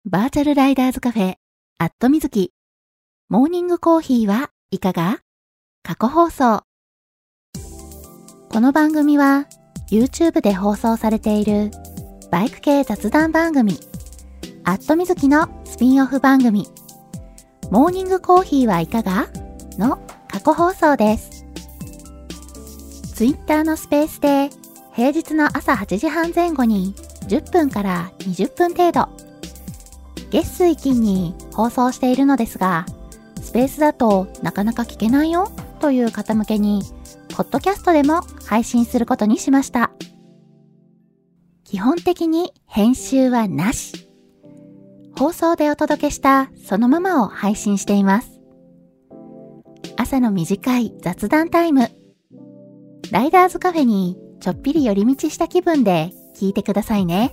バーチャルライダーズカフェ、アットみずき。モーニングコーヒーはいかが？過去放送。この番組は YouTube で放送されているバイク系雑談番組、アットみずきのスピンオフ番組、モーニングコーヒーはいかが？の過去放送です。Twitter のスペースで平日の朝8時半前後に10分から20分程度、月水金に放送しているのですが、スペースだとなかなか聞けないよという方向けに、ポッドキャストでも配信することにしました。基本的に編集はなし。放送でお届けしたそのままを配信しています。朝の短い雑談タイム。ライダーズカフェにちょっぴり寄り道した気分で聞いてくださいね。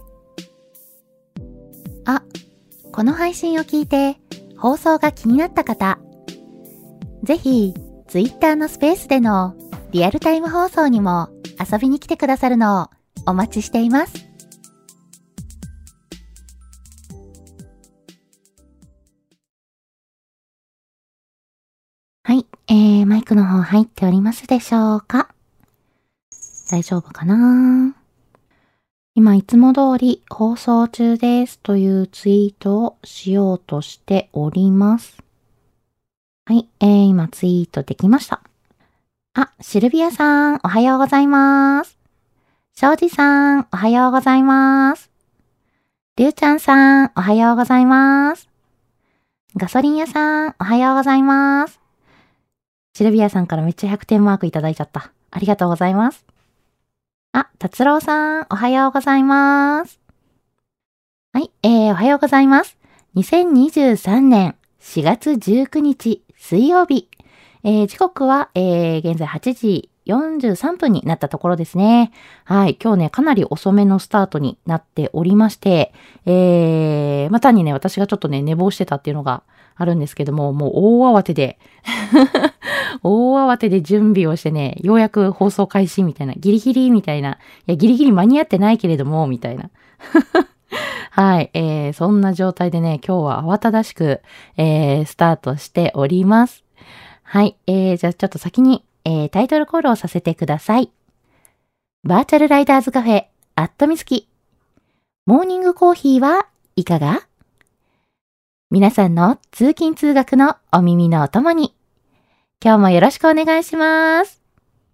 この配信を聞いて放送が気になった方、ぜひ Twitter のスペースでのリアルタイム放送にも遊びに来てくださるのをお待ちしています。はい、マイクの方入っておりますでしょうか？大丈夫かな？今いつも通り放送中ですというツイートをしようとしております。はい、今ツイートできました。シルビアさんおはようございます。庄司さんおはようございます。りゅうちゃんさんおはようございます。ガソリン屋さんおはようございます。シルビアさんからめっちゃ100点マークいただいちゃった。ありがとうございます。達郎さん、おはようございます。はい、おはようございます。2023年4月19日水曜日。時刻は、現在8時43分になったところですね。はい、今日ね、かなり遅めのスタートになっておりまして、単にね、私がちょっとね、寝坊してたっていうのがあるんですけども、もう大慌てで、大慌てで準備をしてね、ようやく放送開始みたいな、ギリギリみたいな、ギリギリ間に合ってないけれども、みたいな。はい、そんな状態でね、今日は慌ただしく、スタートしております。はい、じゃあちょっと先に、タイトルコールをさせてください。バーチャルライダーズカフェ、アットみずき。モーニングコーヒーはいかが？皆さんの通勤通学のお耳のお供に、今日もよろしくお願いします。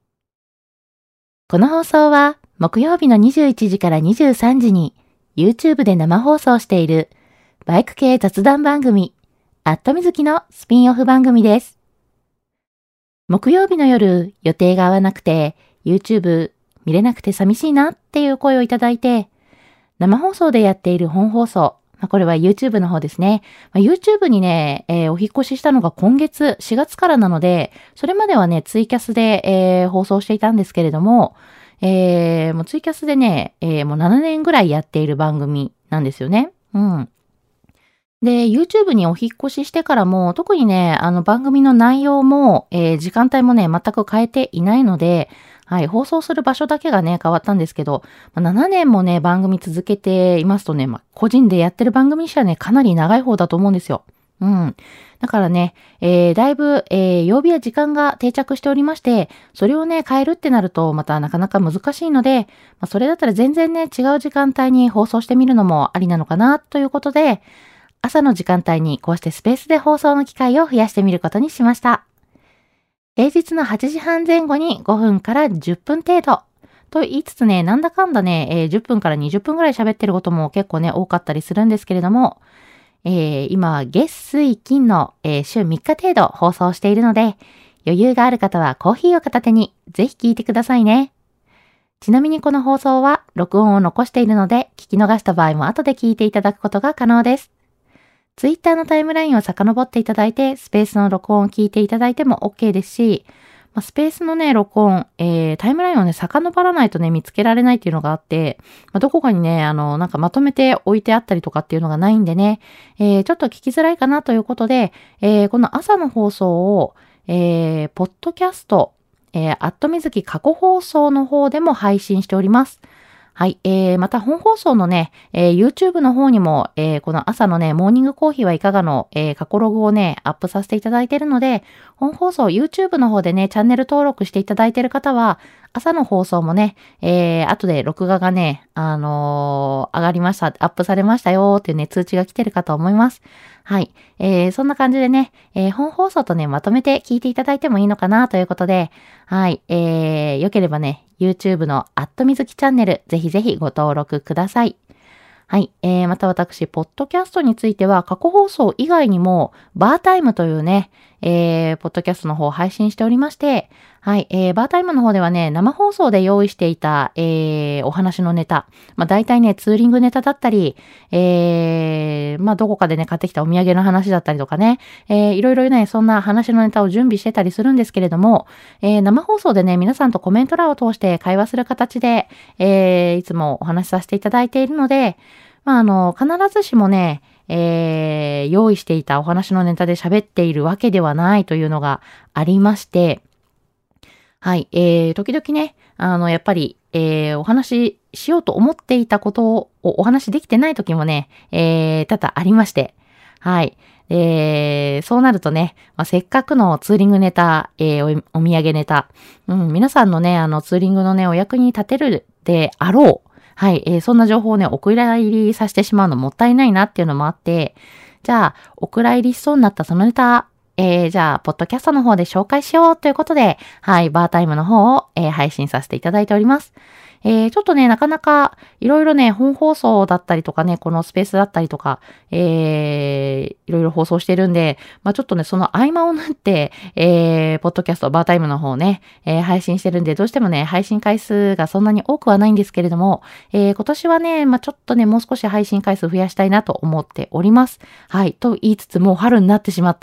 この放送は木曜日の21時から23時に YouTube で生放送しているバイク系雑談番組アットみずきのスピンオフ番組です。木曜日の夜予定が合わなくて YouTube 見れなくて寂しいなっていう声をいただいて、生放送でやっている本放送、これは YouTube の方ですね。YouTube にね、お引っ越ししたのが今月4月からなので、それまではね、ツイキャスで、放送していたんですけれども、もうツイキャスでね、もう7年ぐらいやっている番組なんですよね。うん。で、YouTube にお引っ越ししてからも、特にね、番組の内容も、時間帯もね、全く変えていないので、はい、放送する場所だけがね、変わったんですけど、7年もね、番組続けていますとね、個人でやってる番組にしてはね、かなり長い方だと思うんですよ。うん。だからね、だいぶ、曜日や時間が定着しておりまして、それをね、変えるってなると、またなかなか難しいので、それだったら全然ね、違う時間帯に放送してみるのもありなのかな、ということで、朝の時間帯にこうしてスペースで放送の機会を増やしてみることにしました。平日の8時半前後に5分から10分程度と言いつつね、なんだかんだね、10分から20分ぐらい喋ってることも結構ね、多かったりするんですけれども、今、月水金の、週3日程度放送しているので、余裕がある方はコーヒーを片手にぜひ聞いてくださいね。ちなみにこの放送は録音を残しているので、聞き逃した場合も後で聞いていただくことが可能です。Twitter のタイムラインを遡っていただいて、スペースの録音を聞いていただいても OK ですし、スペースのね、録音、タイムラインをね、遡らないとね、見つけられないっていうのがあって、どこかにね、なんかまとめて置いてあったりとかっていうのがないんでね、ちょっと聞きづらいかなということで、この朝の放送を、ポッドキャスト、アットみずき過去放送の方でも配信しております。 はい。また本放送のね、YouTube の方にも、この朝のね、モーニングコーヒーはいかがの、過去ログをね、アップさせていただいているので、本放送 YouTube の方でね、チャンネル登録していただいている方は、朝の放送もね、後で録画がね、上がりました、アップされましたよっていうね、通知が来てるかと思います。はい。そんな感じでね、本放送とね、まとめて聞いていただいてもいいのかなということで、はい。よければね、YouTube のみずきチャンネル、ぜひぜひご登録ください。はい。また私、ポッドキャストについては、過去放送以外にも、バータイムというね、ポッドキャストの方を配信しておりまして、はい。バータイムの方ではね、生放送で用意していた、お話のネタ、大体ね、ツーリングネタだったり、どこかでね、買ってきたお土産の話だったりとかね、いろいろね、そんな話のネタを準備してたりするんですけれども、生放送でね、皆さんとコメント欄を通して会話する形で、いつもお話しさせていただいているので、必ずしもね、用意していたお話のネタで喋っているわけではないというのがありまして、はい、時々ね、やっぱり、お話ししようと思っていたことをお話できてない時もね、多々ありまして、はい。そうなるとね、せっかくのツーリングネタ、お土産ネタ、皆さんのね、ツーリングのね、お役に立てるであろう。はい、そんな情報をね、お蔵入りさせてしまうのもったいないなっていうのもあって、じゃあ、お蔵入りしそうになったそのネタ、じゃあ、ポッドキャストの方で紹介しようということで、はい、バータイムの方を、配信させていただいております。ちょっとね、なかなか、いろいろね、本放送だったりとかね、このスペースだったりとか、いろいろ放送してるんで、ちょっとね、その合間を縫って、ポッドキャスト、バータイムの方ね、配信してるんで、どうしてもね、配信回数がそんなに多くはないんですけれども、今年はね、ちょっとね、もう少し配信回数増やしたいなと思っております。はい、と言いつつ、もう春になってしまった。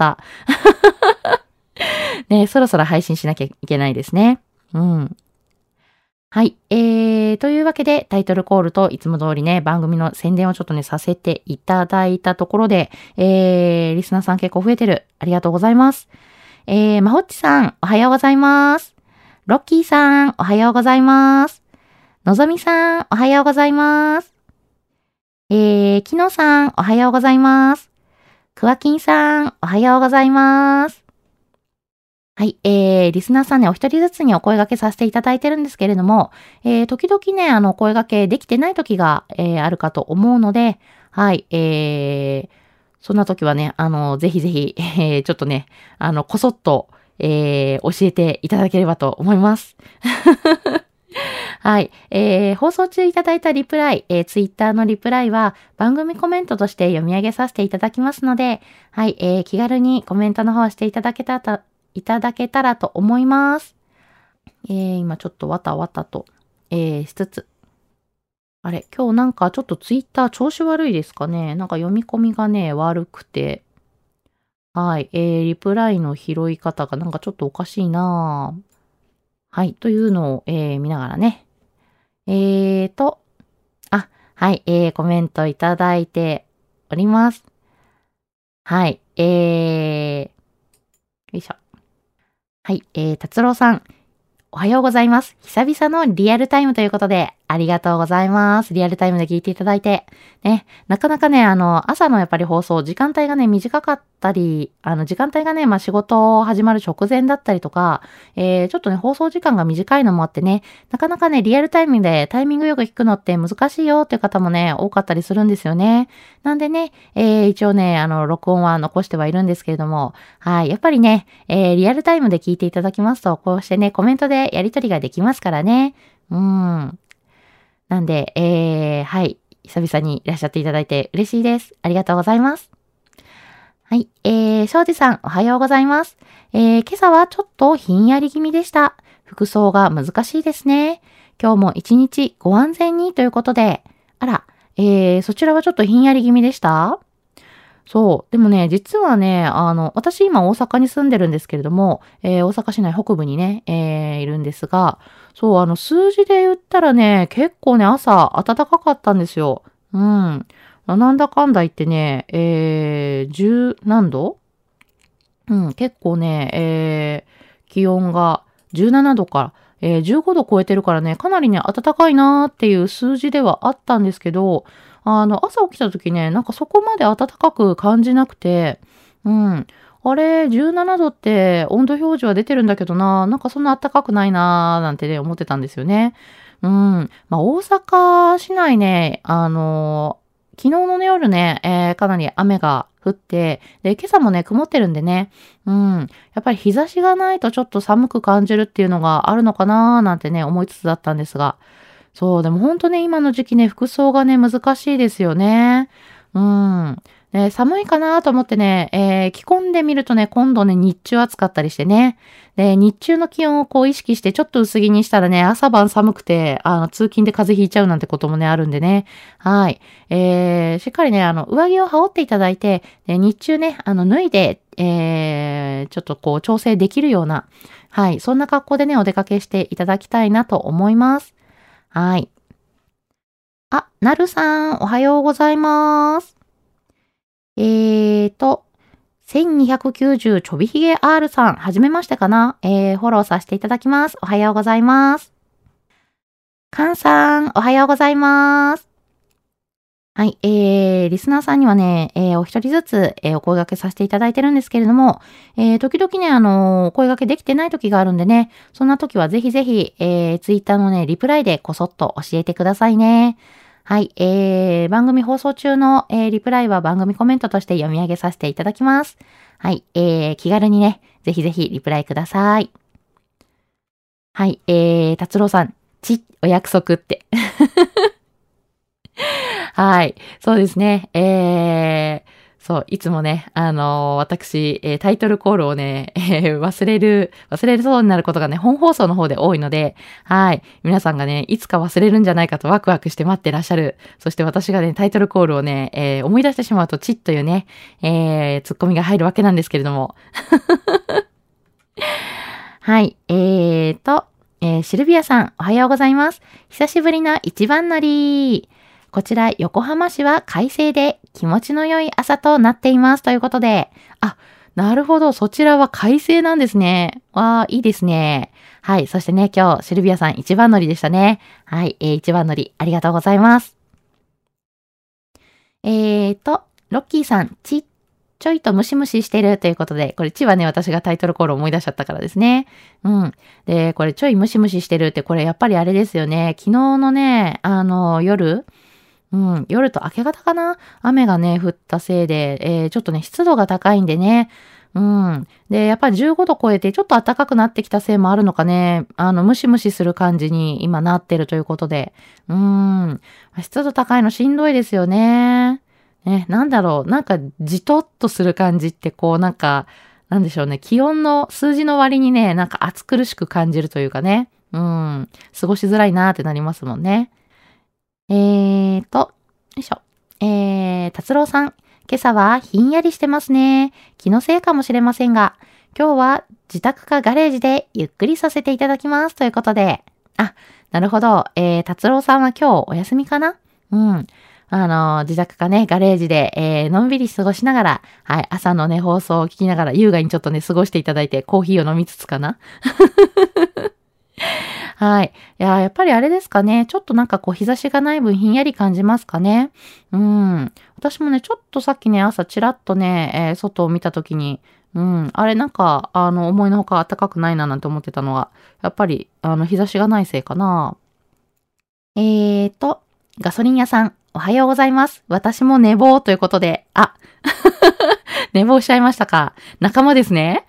ね、そろそろ配信しなきゃいけないですね。うん。はい。というわけで、タイトルコールといつも通りね、番組の宣伝をちょっとね、させていただいたところで、リスナーさん結構増えてる。ありがとうございます。まほっちさん、おはようございます。ロッキーさん、おはようございます。のぞみさん、おはようございます。きのさん、おはようございます。くわきんさん、おはようございます。はい、リスナーさんね、お一人ずつにお声掛けさせていただいてるんですけれども、時々ね、お声掛けできてない時が、あるかと思うので、はい、そんな時はね、ぜひぜひ、ちょっとね、こそっと、教えていただければと思います。はい。放送中いただいたリプライ、ツイッターのリプライは番組コメントとして読み上げさせていただきますので、はい。気軽にコメントの方していただけたらと思います。今ちょっとわたわたと、しつつ。あれ、今日なんかちょっとツイッター調子悪いですかね。なんか読み込みがね、悪くて。はい。リプライの拾い方がなんかちょっとおかしいなぁ。はい。というのを、見ながらね。はい。コメントいただいております。はい。よいしょ。はい。達郎さん。おはようございます。久々のリアルタイムということで、ありがとうございます。リアルタイムで聞いていただいて。ね、なかなかね、朝のやっぱり放送、時間帯がね、短かったり、時間帯がね、仕事始まる直前だったりとか、ちょっとね、放送時間が短いのもあってね、なかなかね、リアルタイムでタイミングよく聞くのって難しいよっていう方もね、多かったりするんですよね。なんでね、一応ね、録音は残してはいるんですけれども、はい、やっぱりね、リアルタイムで聞いていただきますと、こうしてね、コメントでやり取りができますからね。なんで、はい。久々にいらっしゃっていただいて嬉しいです。ありがとうございます。はい。庄司さん、おはようございます。今朝はちょっとひんやり気味でした。服装が難しいですね。今日も一日ご安全にということで、あら、そちらはちょっとひんやり気味でした？そう。でもね、実はね、私今大阪に住んでるんですけれども、大阪市内北部にね、いるんですが、そう、数字で言ったらね、結構ね、朝暖かかったんですよ。うん。なんだかんだ言ってね、10何度結構ね、気温が17度か 15度超えてるからね、かなりね、暖かいなーっていう数字ではあったんですけど、朝起きた時ね、なんかそこまで暖かく感じなくて、うん。あれ、17度って温度表示は出てるんだけどな、なんかそんな暖かくないなーなんてね、思ってたんですよね。うん。まあ、大阪市内ね、昨日の夜ね、かなり雨が降って、で、今朝もね、曇ってるんでね、うん。やっぱり日差しがないとちょっと寒く感じるっていうのがあるのかなーなんてね、思いつつだったんですが、そう、でもほんとね、今の時期ね、服装がね、難しいですよね。うん。で、寒いかなと思ってね、着込んでみるとね、今度ね、日中暑かったりしてね。で、日中の気温をこう意識してちょっと薄着にしたらね、朝晩寒くて、通勤で風邪ひいちゃうなんてこともね、あるんでね。はい。しっかりね、上着を羽織っていただいて、で日中ね、脱いで、ちょっとこう調整できるような、はい、そんな格好でね、お出かけしていただきたいなと思います。はい。あ、なるさん、おはようございます。1290ちょびひげ R さん、はじめましてかな、フォローさせていただきます。おはようございます。かんさん、おはようございます。はい、リスナーさんにはね、お一人ずつ、お声掛けさせていただいてるんですけれども、時々ね、お声掛けできてない時があるんでね、そんな時はぜひぜひ、ツイッターのね、リプライでこそっと教えてくださいね。はい、番組放送中の、リプライは番組コメントとして読み上げさせていただきます。はい、気軽にね、ぜひぜひリプライください。はい、達郎さん、お約束って。はい。そうですね。そう、いつもね、私、タイトルコールをね、忘れそうになることがね、本放送の方で多いので、はい。皆さんがね、いつか忘れるんじゃないかとワクワクして待ってらっしゃる。そして私がね、タイトルコールをね、思い出してしまうと、というね、ツッコミが入るわけなんですけれども。はい。シルビアさん、おはようございます。久しぶりな一番乗り。こちら、横浜市は快晴で気持ちの良い朝となっています。ということで。あ、なるほど。そちらは快晴なんですね。わあ、いいですね。はい。そしてね、今日、シルビアさん一番乗りでしたね。はい。一番乗り、ありがとうございます。ロッキーさん、ちょいとムシムシしてるということで、これはね、私がタイトルコールを思い出しちゃったからですね。うん。で、これちょいムシムシしてるって、これやっぱりあれですよね。昨日のね、夜、夜と明け方かな、雨がね、降ったせいで、ちょっとね、湿度が高いんでね。うん。で、やっぱり15度超えて、ちょっと暖かくなってきたせいもあるのかね、ムシムシする感じに今なってるということで。湿度高いのしんどいですよね。ね、なんだろう、なんかじとっとする感じってこうなんか、なんでしょうね、気温の数字の割にね、なんか暑苦しく感じるというかね、過ごしづらいなーってなりますもんね。よいしょ。達郎さん、今朝はひんやりしてますね。気のせいかもしれませんが、今日は自宅かガレージでゆっくりさせていただきますということで、あ、なるほど。達郎さんは今日お休みかな。自宅かね、ガレージで、のんびり過ごしながら、はい、朝のね、放送を聞きながら、優雅にちょっとね、過ごしていただいて、コーヒーを飲みつつかな。はい。いや、やっぱりあれですかね。ちょっとなんかこう日差しがない分ひんやり感じますかね。私もね、ちょっとさっきね、朝ちらっとね、外を見たときに、あれなんか、思いのほか暖かくないななんて思ってたのは、やっぱり、日差しがないせいかな。ガソリン屋さん、おはようございます。私も寝坊ということで、寝坊しちゃいましたか。仲間ですね。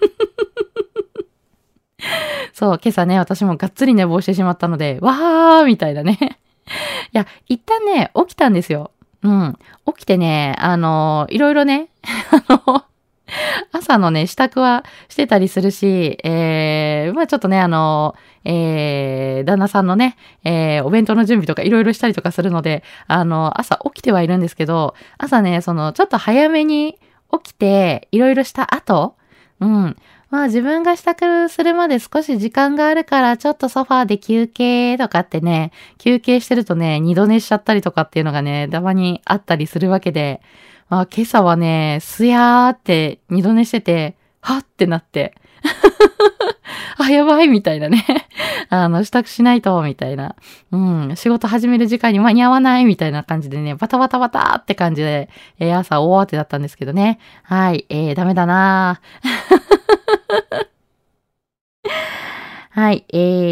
そう、今朝ね、私もがっつり寝坊してしまったので、わーみたいなね。いや、一旦ね、起きたんですよ。起きてね、いろいろね、朝のね、支度はしてたりするし、まあちょっとね、旦那さんのね、お弁当の準備とかいろいろしたりとかするので、朝起きてはいるんですけど、朝ね、ちょっと早めに起きて、いろいろした後、まあ自分が支度するまで少し時間があるから、ちょっとソファーで休憩とかってね、休憩してるとね、二度寝しちゃったりとかっていうのがね、たまにあったりするわけで、今朝はね、すやーって二度寝してて、はってなって。 あ、やばいみたいなね。支度しないと、みたいな。仕事始める時間に間に合わないみたいな感じでね、バタバタバタって感じで、朝大慌てだったんですけどね。はい、ダメだなはい、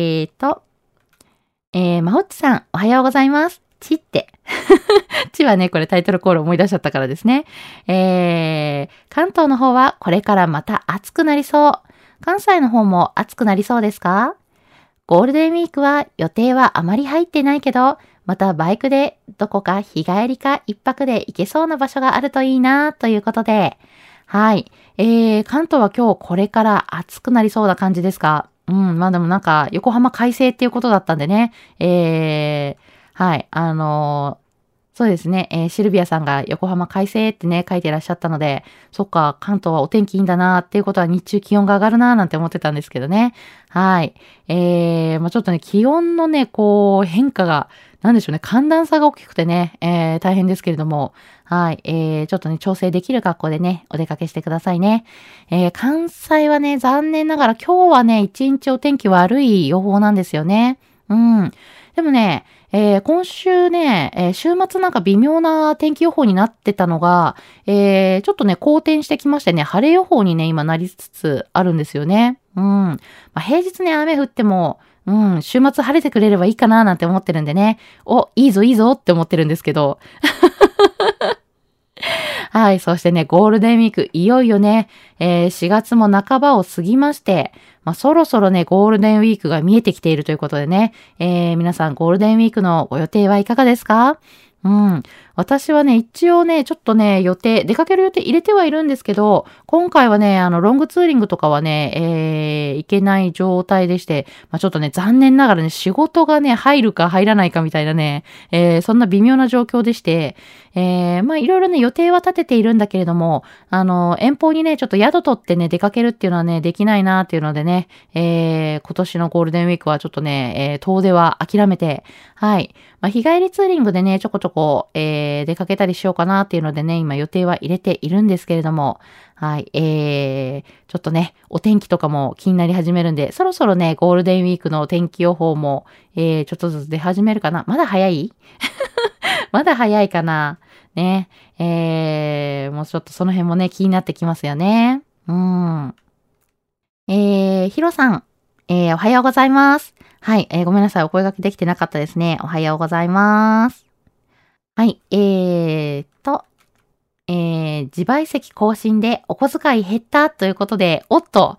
まほっちさん、おはようございます。ちって。ちはね、これタイトルコール思い出しちゃったからですね。関東の方はこれからまた暑くなりそう。関西の方も暑くなりそうですか？ゴールデンウィークは予定はあまり入ってないけど、またバイクでどこか日帰りか一泊で行けそうな場所があるといいなということで、はい。関東は今日これから暑くなりそうな感じですか？まあでもなんか横浜快晴っていうことだったんでね、はい。そうですね、シルビアさんが横浜快晴ってね、書いていらっしゃったので、そっか、関東はお天気いいんだなっていうことは日中気温が上がるななんて思ってたんですけどね。はい。まあちょっとね、気温のね、こう、変化が、なんでしょうね、寒暖差が大きくてね、大変ですけれども、はい。ちょっとね、調整できる格好でね、お出かけしてくださいね。関西はね、残念ながら今日はね、一日お天気悪い予報なんですよね。でもね、今週ね、週末なんか微妙な天気予報になってたのが、ちょっとね、好転してきましてね、晴れ予報にね、今なりつつあるんですよね。まあ、平日ね、雨降っても、週末晴れてくれればいいかななんて思ってるんでね、いいぞいいぞって思ってるんですけど、はい。そしてね、ゴールデンウィーク、いよいよね、4月も半ばを過ぎまして、まあ、そろそろね、ゴールデンウィークが見えてきているということでね、皆さんゴールデンウィークのご予定はいかがですか？私はね、一応ね、ちょっとね、出かける予定入れてはいるんですけど、今回はね、ロングツーリングとかはね、行けない状態でして、まあ、ちょっとね、残念ながらね、仕事がね、入るか入らないかみたいなね、そんな微妙な状況でして、まあ、いろいろね、予定は立てているんだけれども、遠方にね、ちょっと宿取ってね、出かけるっていうのはね、できないなっていうのでね、今年のゴールデンウィークはちょっとね、遠出は諦めて、はい。まあ、日帰りツーリングでね、ちょこちょこ、出かけたりしようかなっていうのでね、今予定は入れているんですけれども、はい。ちょっとね、お天気とかも気になり始めるんで、そろそろね、ゴールデンウィークの天気予報も、ちょっとずつ出始めるかな。まだ早いまだ早いかな。ね。もうちょっとその辺もね、気になってきますよね。ヒロさん、おはようございます。はい、ごめんなさい。お声掛けできてなかったですね。おはようございます。はい、自賠責更新でお小遣い減ったということで、おっと。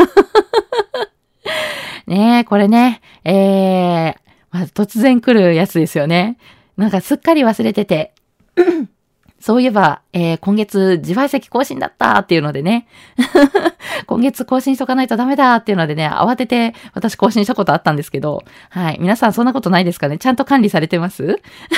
ねえ、これね、まあ、突然来るやつですよね。なんかすっかり忘れてて。そういえば、今月自賠責更新だったっていうのでね。今月更新しとかないとダメだっていうのでね、慌てて私更新したことあったんですけど、はい。皆さんそんなことないですかね？ちゃんと管理されてます？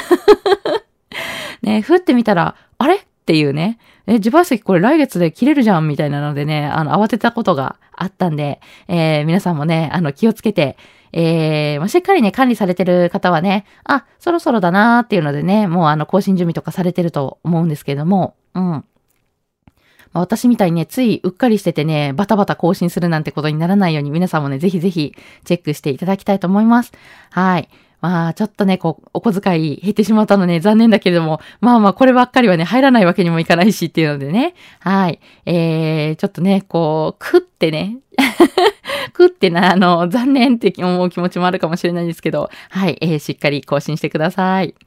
ね、ふってみたら、あれっていうね、自賠責これ来月で切れるじゃんみたいなのでね、慌てたことがあったんで、皆さんもね、気をつけて、まあ、しっかりね、管理されてる方はね、そろそろだなーっていうのでね、もう更新準備とかされてると思うんですけれども、まあ、私みたいにね、ついうっかりしててね、バタバタ更新するなんてことにならないように皆さんもね、ぜひぜひチェックしていただきたいと思います。はい。まあ、ちょっとね、お小遣い減ってしまったのね、残念だけれども、まあまあ、こればっかりはね、入らないわけにもいかないしっていうのでね、はい。ちょっとね、くってね、くってな、残念って思う気持ちもあるかもしれないんですけど、はい、しっかり更新してください。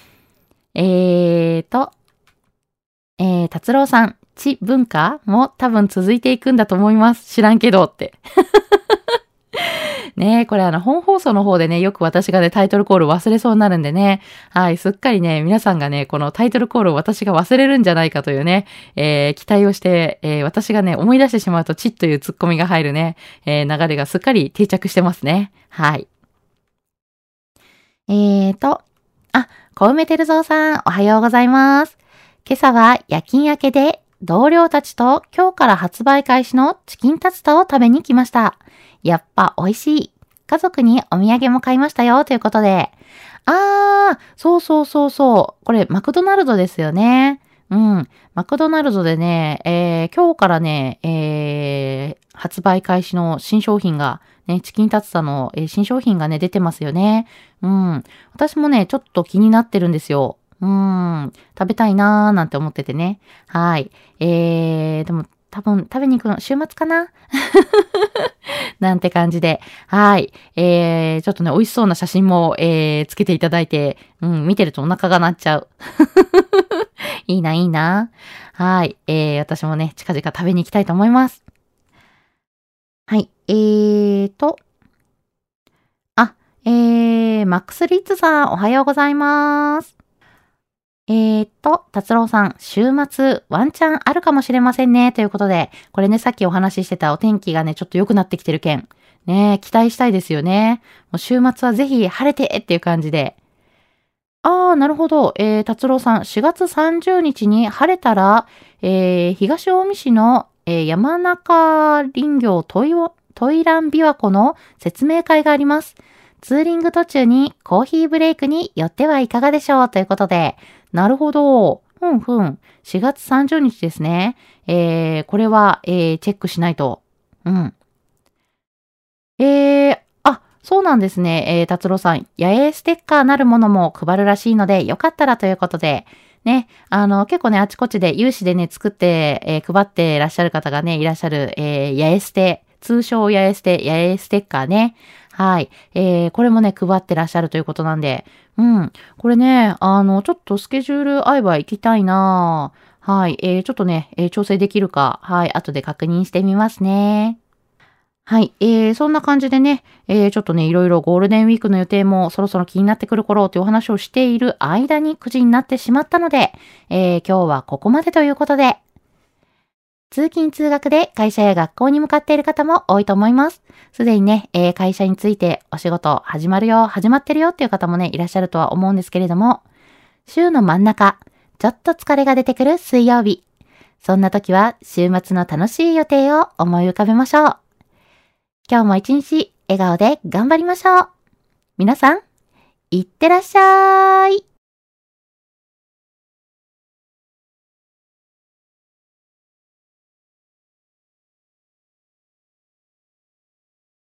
達郎さん、地文化も多分続いていくんだと思います。知らんけどって。ねえ、これ本放送の方でね、よく私がね、タイトルコール忘れそうになるんでね。はい、すっかりね、皆さんがね、このタイトルコールを私が忘れるんじゃないかというね、期待をして、私がね、思い出してしまうとチッというツッコミが入るね、流れがすっかり定着してますね。はい。小梅照蔵さん、おはようございます。今朝は夜勤明けで、同僚たちと今日から発売開始のチキンタツタを食べに来ました。やっぱ美味しい。家族にお土産も買いましたよということで。そうそうそうそう。これマクドナルドですよね。 うん。マクドナルドでね、今日からね、発売開始の新商品が、ね、チキンタツタの、新商品がね、出てますよね。うん。私もね、ちょっと気になってるんですよ。食べたいなーなんて思っててね。はい。でも多分食べに行くの週末かななんて感じで。はい。ちょっとね、美味しそうな写真も、つけていただいて、見てるとお腹が鳴っちゃう。いいな、いいな。はい。私もね、近々食べに行きたいと思います。はい。あ、マックスリッツさん、おはようございます。達郎さん、週末、ワンチャンあるかもしれませんね。ということで、これね、さっきお話ししてたお天気がね、ちょっと良くなってきてる件。ね、期待したいですよね。もう週末はぜひ晴れてっていう感じで。ああ、なるほど。達郎さん、4月30日に晴れたら、東近江市の、山中林業トイラン琵琶湖の説明会があります。ツーリング途中にコーヒーブレイクに寄ってはいかがでしょうということで。なるほど。4月30日ですね。これは、チェックしないと。うん。そうなんですね。達郎さん、野営ステッカーなるものも配るらしいので、よかったらということで、ね、結構ね、あちこちで有志でね、作って、配ってらっしゃる方がね、いらっしゃる、野営ステ、通称野営ステ、野営ステッカーね。はい。これもね、配ってらっしゃるということなんで、これね、ちょっとスケジュール合えば行きたいなはい。ちょっとね、調整できるか、はい、後で確認してみますね。はい。そんな感じでね、ちょっとね、いろいろゴールデンウィークの予定もそろそろ気になってくる頃というお話をしている間に9時になってしまったので、今日はここまでということで、通勤通学で会社や学校に向かっている方も多いと思います。すでにね、会社についてお仕事始まるよ、始まってるよっていう方もね、いらっしゃるとは思うんですけれども、週の真ん中、ちょっと疲れが出てくる水曜日。そんな時は週末の楽しい予定を思い浮かべましょう。今日も一日笑顔で頑張りましょう。皆さん、いってらっしゃい。